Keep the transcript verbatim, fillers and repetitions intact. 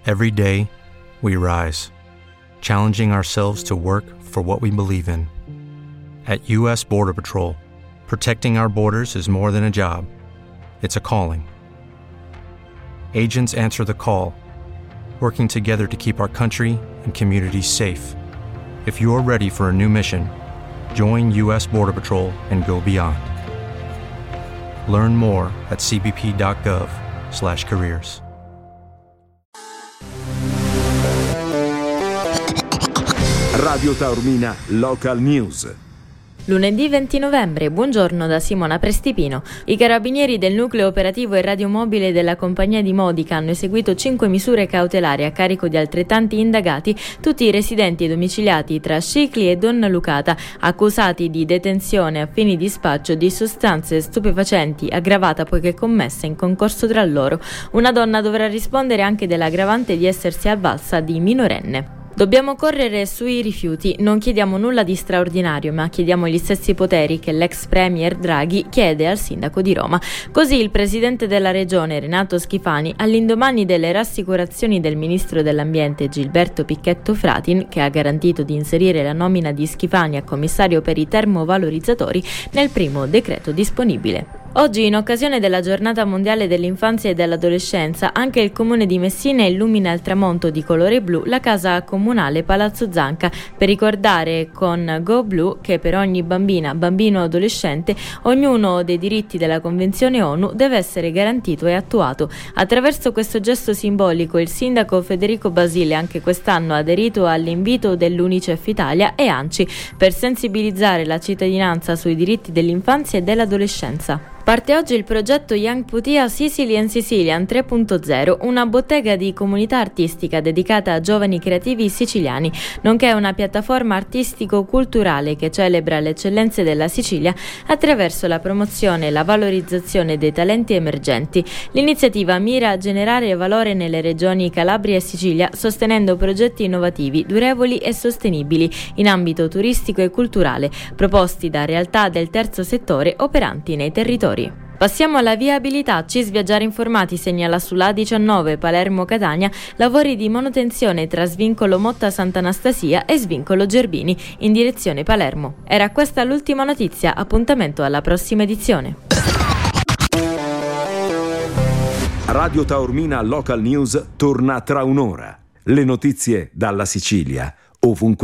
Every day, we rise, challenging ourselves to work for what we believe in. At U S Border Patrol, protecting our borders is more than a job. It's a calling. Agents answer the call, working together to keep our country and communities safe. If you're ready for a new mission, join U S Border Patrol and go beyond. Learn more at c b p dot gov slash careers. Radio Taormina Local News. Lunedì venti novembre, buongiorno da Simona Prestipino. I carabinieri del nucleo operativo e radiomobile della compagnia di Modica hanno eseguito cinque misure cautelari a carico di altrettanti indagati, tutti i residenti domiciliati tra Scicli e Donna Lucata, accusati di detenzione a fini di spaccio di sostanze stupefacenti, aggravata poiché commessa in concorso tra loro. Una donna dovrà rispondere anche dell'aggravante di essersi avvalsa di minorenne. Dobbiamo correre sui rifiuti, non chiediamo nulla di straordinario, ma chiediamo gli stessi poteri che l'ex premier Draghi chiede al sindaco di Roma. Così il presidente della regione Renato Schifani, all'indomani delle rassicurazioni del ministro dell'ambiente Gilberto Picchetto Fratin, che ha garantito di inserire la nomina di Schifani a commissario per i termovalorizzatori nel primo decreto disponibile. Oggi, in occasione della Giornata Mondiale dell'Infanzia e dell'Adolescenza, anche il Comune di Messina illumina al tramonto di colore blu la casa comunale Palazzo Zanca per ricordare con Go Blu che per ogni bambina, bambino o adolescente ognuno dei diritti della Convenzione ONU deve essere garantito e attuato. Attraverso questo gesto simbolico il sindaco Federico Basile anche quest'anno ha aderito all'invito dell'Unicef Italia e ANCI per sensibilizzare la cittadinanza sui diritti dell'infanzia e dell'adolescenza. Parte oggi il progetto Young Putia Sicilian Sicilian tre punto zero, una bottega di comunità artistica dedicata a giovani creativi siciliani, nonché una piattaforma artistico-culturale che celebra le eccellenze della Sicilia attraverso la promozione e la valorizzazione dei talenti emergenti. L'iniziativa mira a generare valore nelle regioni Calabria e Sicilia, sostenendo progetti innovativi, durevoli e sostenibili in ambito turistico e culturale, proposti da realtà del terzo settore operanti nei territori. Passiamo alla viabilità. Cis Viaggiare Informati segnala sull'A diciannove Palermo-Catania lavori di manutenzione tra svincolo Motta Sant'Anastasia e svincolo Gerbini in direzione Palermo. Era questa l'ultima notizia, appuntamento alla prossima edizione. Radio Taormina Local News torna tra un'ora. Le notizie dalla Sicilia, ovunque